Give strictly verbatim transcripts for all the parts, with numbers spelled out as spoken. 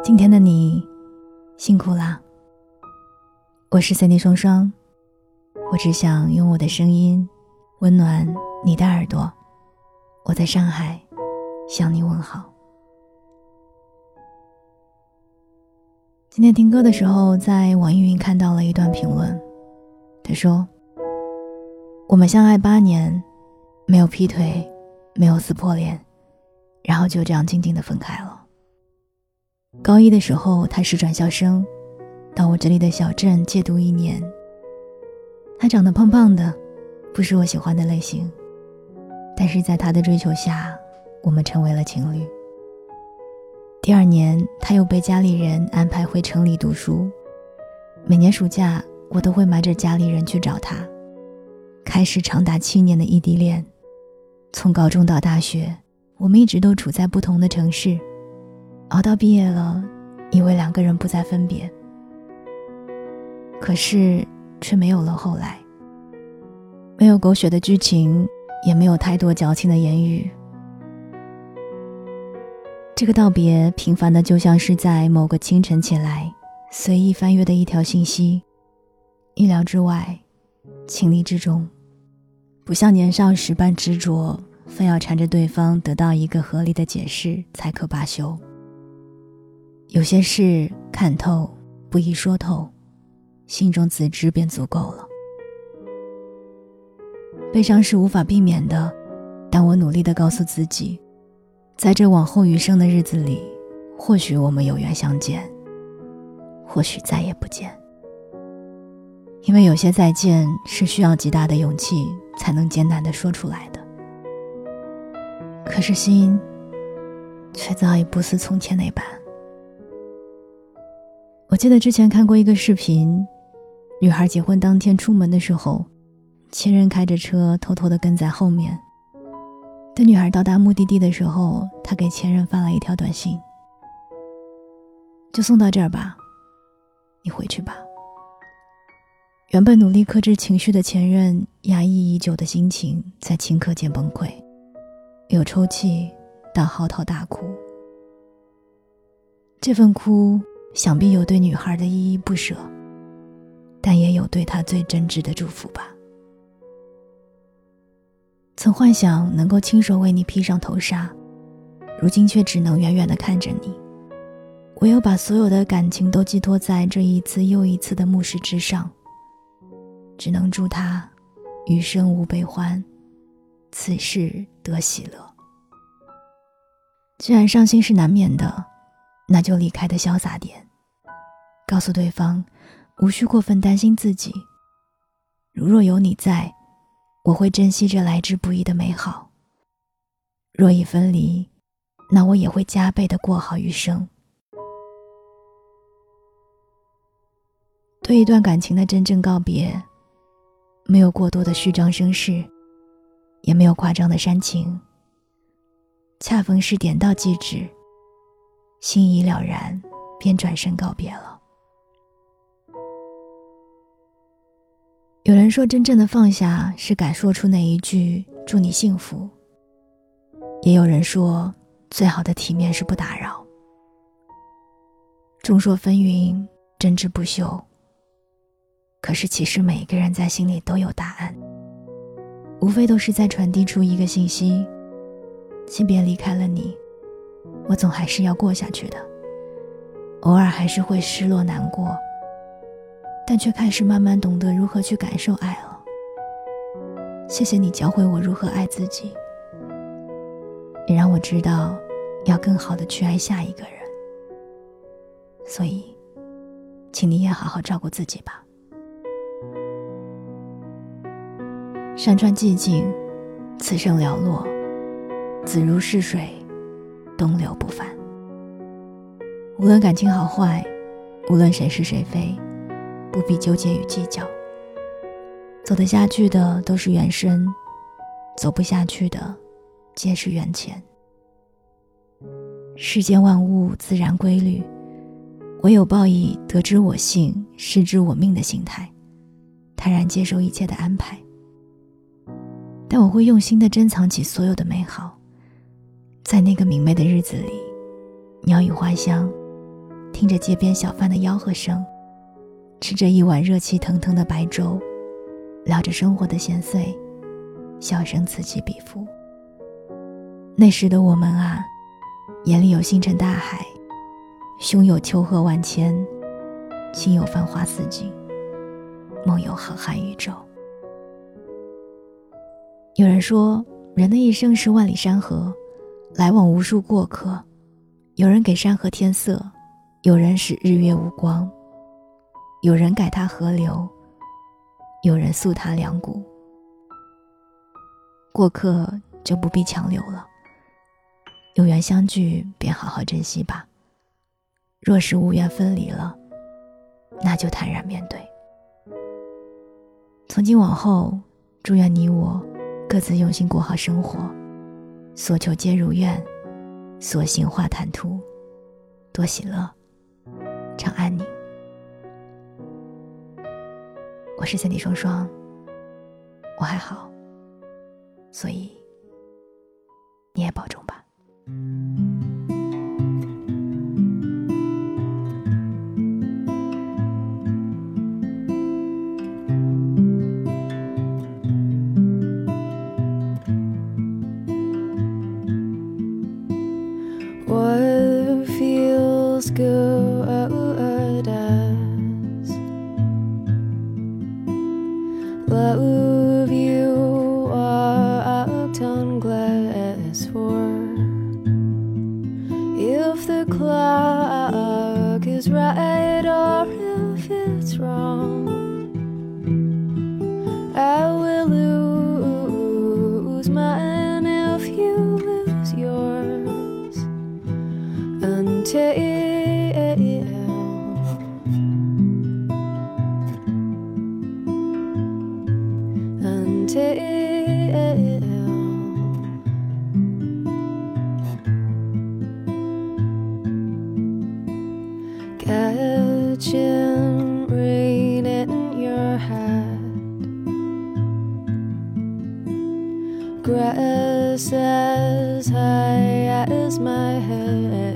今天的你辛苦啦，我是三 D 双双，我只想用我的声音温暖你的耳朵。我在上海向你问好。今天听歌的时候，在网易云看到了一段评论，他说，我们相爱八年，没有劈腿，没有撕破脸，然后就这样静静地分开了。高一的时候他是转校生，到我这里的小镇借读一年。他长得胖胖的，不是我喜欢的类型，但是在他的追求下，我们成为了情侣。第二年他又被家里人安排回城里读书，每年暑假我都会瞒着家里人去找他，开始长达七年的异地恋。从高中到大学，我们一直都处在不同的城市，熬到毕业了，以为两个人不再分别，可是却没有了后来。没有狗血的剧情，也没有太多矫情的言语。这个道别平凡的就像是在某个清晨起来随意翻阅的一条信息，意料之外，情理之中，不像年少时般执着，非要缠着对方得到一个合理的解释才可罢休。有些事看透不易说透，心中自知便足够了。悲伤是无法避免的，但我努力地告诉自己，在这往后余生的日子里，或许我们有缘相见，或许再也不见。因为有些再见是需要极大的勇气才能艰难地说出来的，可是心却早已不似从前那般。我记得之前看过一个视频，女孩结婚当天出门的时候，前任开着车偷偷地跟在后面。等女孩到达目的地的时候，她给前任发了一条短信，就送到这儿吧，你回去吧。原本努力克制情绪的前任，压抑已久的心情在顷刻间崩溃，由抽泣到嚎啕大哭。这份哭想必有对女孩的依依不舍，但也有对她最真挚的祝福吧。曾幻想能够亲手为你披上头纱，如今却只能远远地看着你，唯有把所有的感情都寄托在这一次又一次的目视之上，只能祝他余生无悲欢，此事得喜乐。既然伤心是难免的，那就离开的潇洒点，告诉对方无需过分担心自己，如若有你在，我会珍惜这来之不易的美好，若已分离，那我也会加倍地过好余生。对一段感情的真正告别，没有过多的虚张声势，也没有夸张的煽情，恰逢是点到即止，心已了然，便转身告别了。有人说，真正的放下是敢说出那一句祝你幸福，也有人说，最好的体面是不打扰。众说纷纭，争执不休，可是其实每个人在心里都有答案，无非都是在传递出一个信息，即便离开了你，我总还是要过下去的，偶尔还是会失落难过，但却开始慢慢懂得如何去感受爱了。谢谢你教会我如何爱自己，也让我知道要更好地去爱下一个人，所以请你也好好照顾自己吧。山川寂静，此生寥落，子如逝水，东流不返。无论感情好坏，无论谁是谁非，不必纠结与计较。走得下去的都是缘深，走不下去的皆是缘浅。世间万物自然规律，唯有抱以得之我幸，失之我命的心态，坦然接受一切的安排。但我会用心地珍藏起所有的美好，在那个明媚的日子里，鸟语花香， 听着街边小贩的吆喝声，吃着一碗热气腾腾的白粥，聊着生活的闲碎，笑声此起彼伏。那时的我们啊，眼里有星辰大海，胸有丘壑万千，心有繁花似锦，梦有浩瀚宇宙。有人说，人的一生是万里山河，来往无数过客，有人给山河添色，有人使日月无光，有人改它河流，有人塑它梁谷。过客就不必强留了，有缘相聚便好好珍惜吧，若是无缘分离了，那就坦然面对。从今往后，祝愿你我各自用心过好生活，所求皆如愿，所行化坦途，多喜乐，常安宁。我是三弟双双，我还好，所以你也保重吧。 What feels good as love you walked on glass for? If the clock is right or if it's wrong, I will lose mine if you lose yours. Until Until catching rain in your hat, grass as high as my head,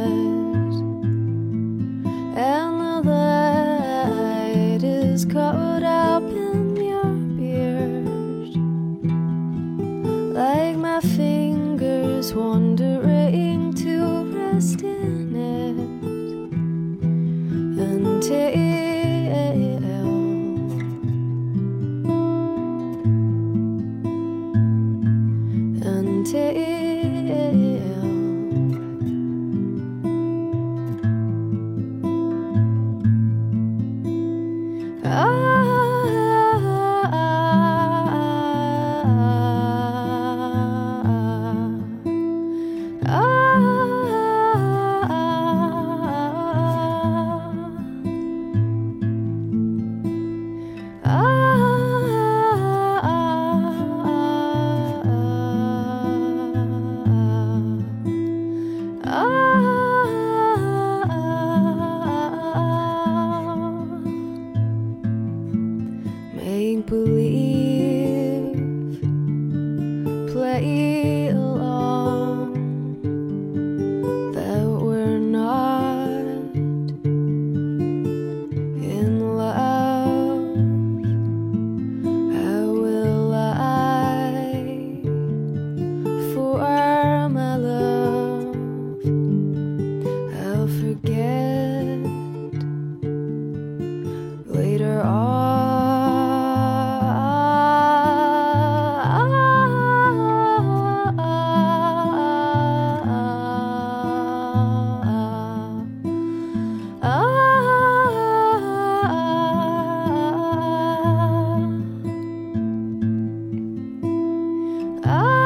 and the light is caught up in your beard, like my fingers wandering to rest in it. Until Until make believe, play along, that we're not in love. How will I, for my love, I'll forget later on. Ah